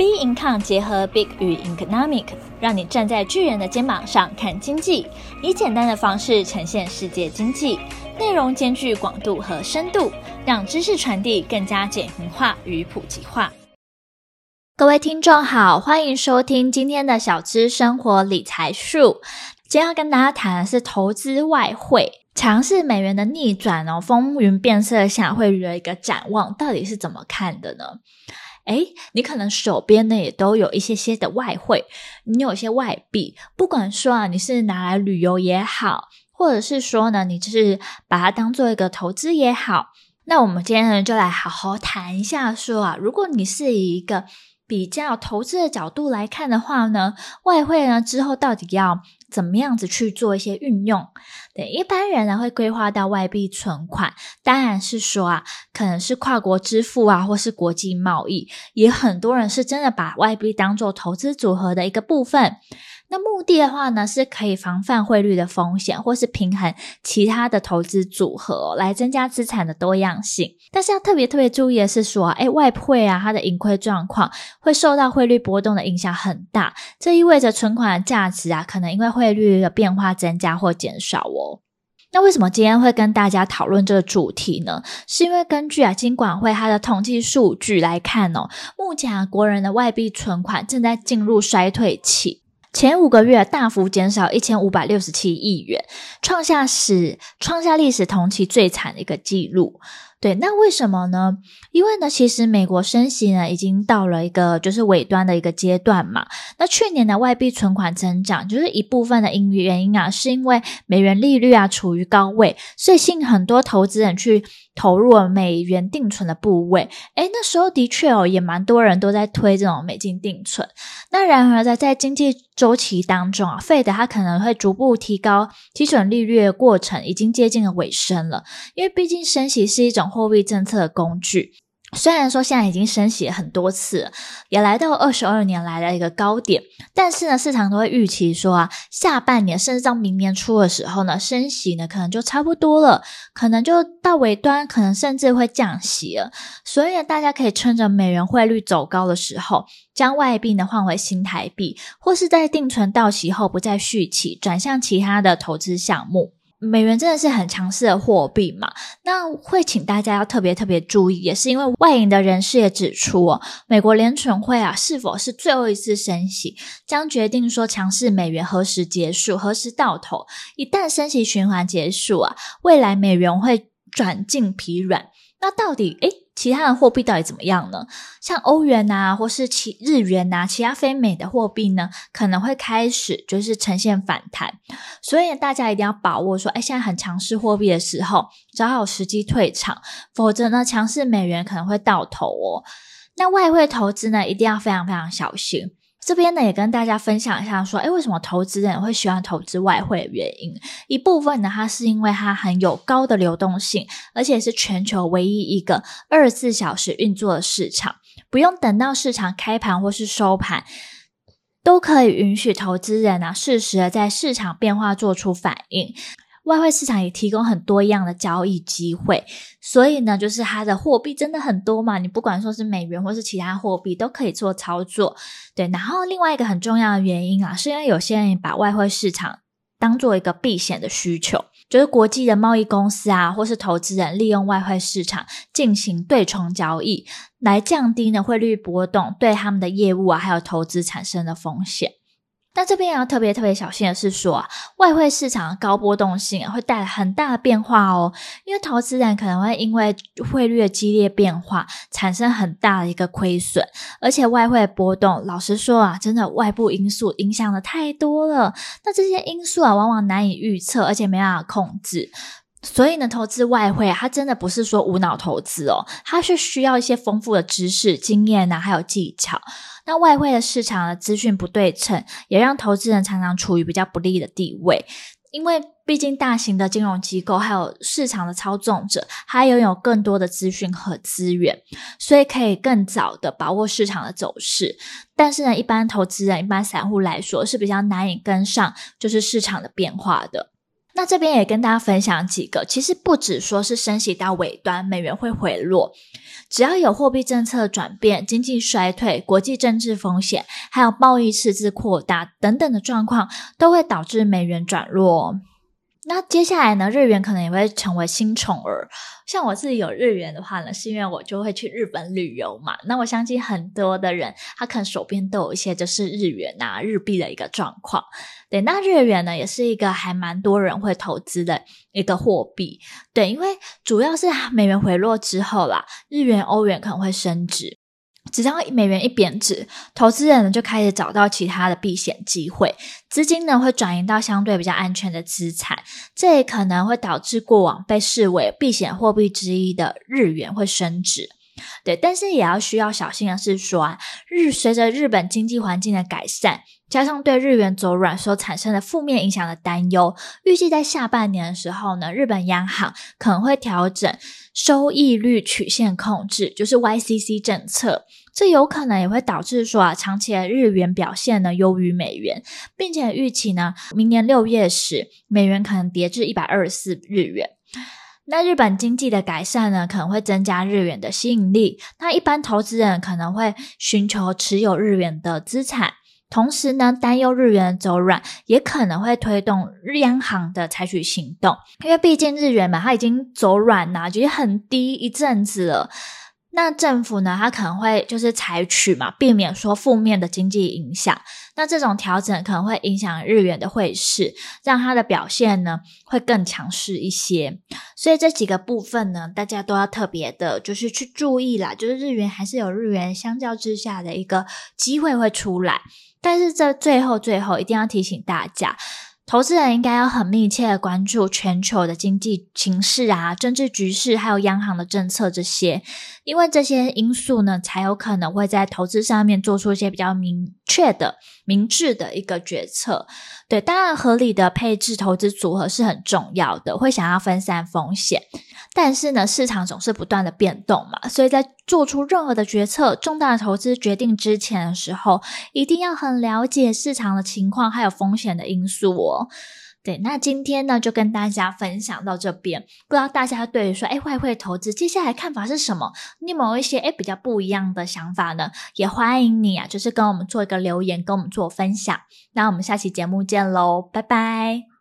Big Income 结合 Big 与 Economic， 让你站在巨人的肩膀上看经济，以简单的方式呈现世界经济，内容兼具广度和深度，让知识传递更加简明化与普及化。各位听众好，欢迎收听今天的小资生活理财树。今天要跟大家谈的是投资外汇，强势美元的逆转风云变色下汇率的一个展望，到底是怎么看的呢？你可能手边呢也都有一些的外汇，你有一些外币，不管说你是拿来旅游也好，或者是说呢你就是把它当做一个投资也好，那我们今天呢就来好好谈一下说如果你是以一个比较投资的角度来看的话呢，外汇呢之后到底要怎么样子去做一些运用。对，一般人呢会规划到外币存款，当然是说可能是跨国支付或是国际贸易，也很多人是真的把外币当做投资组合的一个部分。那目的的话呢，是可以防范汇率的风险，或是平衡其他的投资组合来增加资产的多样性。但是要特别注意的是说外汇它的盈亏状况会受到汇率波动的影响很大，这意味着存款的价值可能因为汇率的变化增加或减少哦。那为什么今天会跟大家讨论这个主题呢？是因为根据金管会它的统计数据来看目前国人的外币存款正在进入衰退期，前5个月大幅减少1567亿元，创下历史同期最惨的一个记录。对，那为什么呢？因为呢，其实美国升息呢已经到了一个就是尾端的一个阶段嘛。那去年的外币存款增长，就是一部分的原因是因为美元利率处于高位，所以吸引很多投资人去投入了美元定存的部位。那时候的确也蛮多人都在推这种美金定存。那然而在经济周期当中Fed 它可能会逐步提高基准利率的过程已经接近了尾声了，因为毕竟升息是一种货币政策的工具。虽然说现在已经升息了很多次了，也来到22年来的一个高点，但是呢市场都会预期说下半年甚至到明年初的时候呢，升息呢可能就差不多了，可能就到尾端，可能甚至会降息了。所以呢大家可以趁着美元汇率走高的时候，将外币呢换回新台币，或是在定存到期后不再续期，转向其他的投资项目。美元真的是很强势的货币嘛，那会请大家要特别注意，也是因为外银的人士也指出美国联准会是否是最后一次升息，将决定说强势美元何时结束，何时到头。一旦升息循环结束未来美元会转进疲软。那到底其他的货币到底怎么样呢？像欧元或是日元其他非美的货币呢，可能会开始就是呈现反弹。所以大家一定要把握说现在很强势货币的时候，找好时机退场，否则呢强势美元可能会到头那外汇投资呢一定要非常小心。这边呢也跟大家分享一下说为什么投资人会喜欢投资外汇的原因。一部分呢它是因为它很有高的流动性，而且是全球唯一一个24小时运作的市场，不用等到市场开盘或是收盘，都可以允许投资人适时的在市场变化做出反应。外汇市场也提供很多样的交易机会，所以呢就是它的货币真的很多嘛，你不管说是美元或是其他货币都可以做操作。对，然后另外一个很重要的原因是因为有些人把外汇市场当做一个避险的需求，就是国际的贸易公司或是投资人利用外汇市场进行对冲交易，来降低汇率波动对他们的业务还有投资产生的风险。但这边也要特别小心的是说外汇市场的高波动性会带来很大的变化因为投资人可能会因为汇率的激烈变化产生很大的一个亏损，而且外汇波动老实说真的外部因素影响的太多了，那这些因素往往难以预测，而且没办法控制。所以呢投资外汇它真的不是说无脑投资它是需要一些丰富的知识经验还有技巧。那外汇的市场的资讯不对称，也让投资人常常处于比较不利的地位，因为毕竟大型的金融机构还有市场的操纵者，他拥有更多的资讯和资源，所以可以更早的把握市场的走势。但是呢一般投资人一般散户来说是比较难以跟上就是市场的变化的。 那这边也跟大家分享几个，其实不只说是升息到尾端美元会回落，只要有货币政策转变、经济衰退、国际政治风险，还有贸易赤字扩大等等的状况，都会导致美元转弱。那接下来呢，日元可能也会成为新宠儿。像我自己有日元的话呢，是因为我就会去日本旅游嘛。那我相信很多的人，他可能手边都有一些就是日元啊、日币的一个状况。对，那日元呢，也是一个还蛮多人会投资的一个货币。对，因为主要是美元回落之后啦，日元、欧元可能会升值。只要美元一贬值，投资人呢就开始找到其他的避险机会，资金呢会转移到相对比较安全的资产，这也可能会导致过往被视为避险货币之一的日元会升值。对，但是也要需要小心的是说啊，随着日本经济环境的改善，加上对日元走软所产生的负面影响的担忧，预计在下半年的时候呢，日本央行可能会调整收益率曲线控制，就是 YCC 政策，这有可能也会导致说啊，长期的日元表现呢优于美元，并且预期呢，明年6月时美元可能跌至124日元。那日本经济的改善呢，可能会增加日元的吸引力，那一般投资人可能会寻求持有日元的资产，同时呢，担忧日元走软也可能会推动央行的采取行动，因为毕竟日元嘛，它已经走软啦，就是很低一阵子了。那政府呢，它可能会就是采取嘛，避免说负面的经济影响。那这种调整可能会影响日元的汇市，让它的表现呢会更强势一些。所以这几个部分呢，大家都要特别的就是去注意啦，就是日元还是有日元相较之下的一个机会会出来。但是这最后一定要提醒大家，投资人应该要很密切的关注全球的经济形势啊、政治局势还有央行的政策这些，因为这些因素呢，才有可能会在投资上面做出一些比较明确的、明智的一个决策。对，当然合理的配置投资组合是很重要的，会想要分散风险。但是呢，市场总是不断的变动嘛，所以在做出任何的决策、重大的投资决定之前的时候，一定要很了解市场的情况还有风险的因素哦。对，那今天呢就跟大家分享到这边，不知道大家对于说外汇投资接下来看法是什么？你有没有一些比较不一样的想法呢？也欢迎你啊，就是跟我们做一个留言，跟我们做分享。那我们下期节目见咯，拜拜。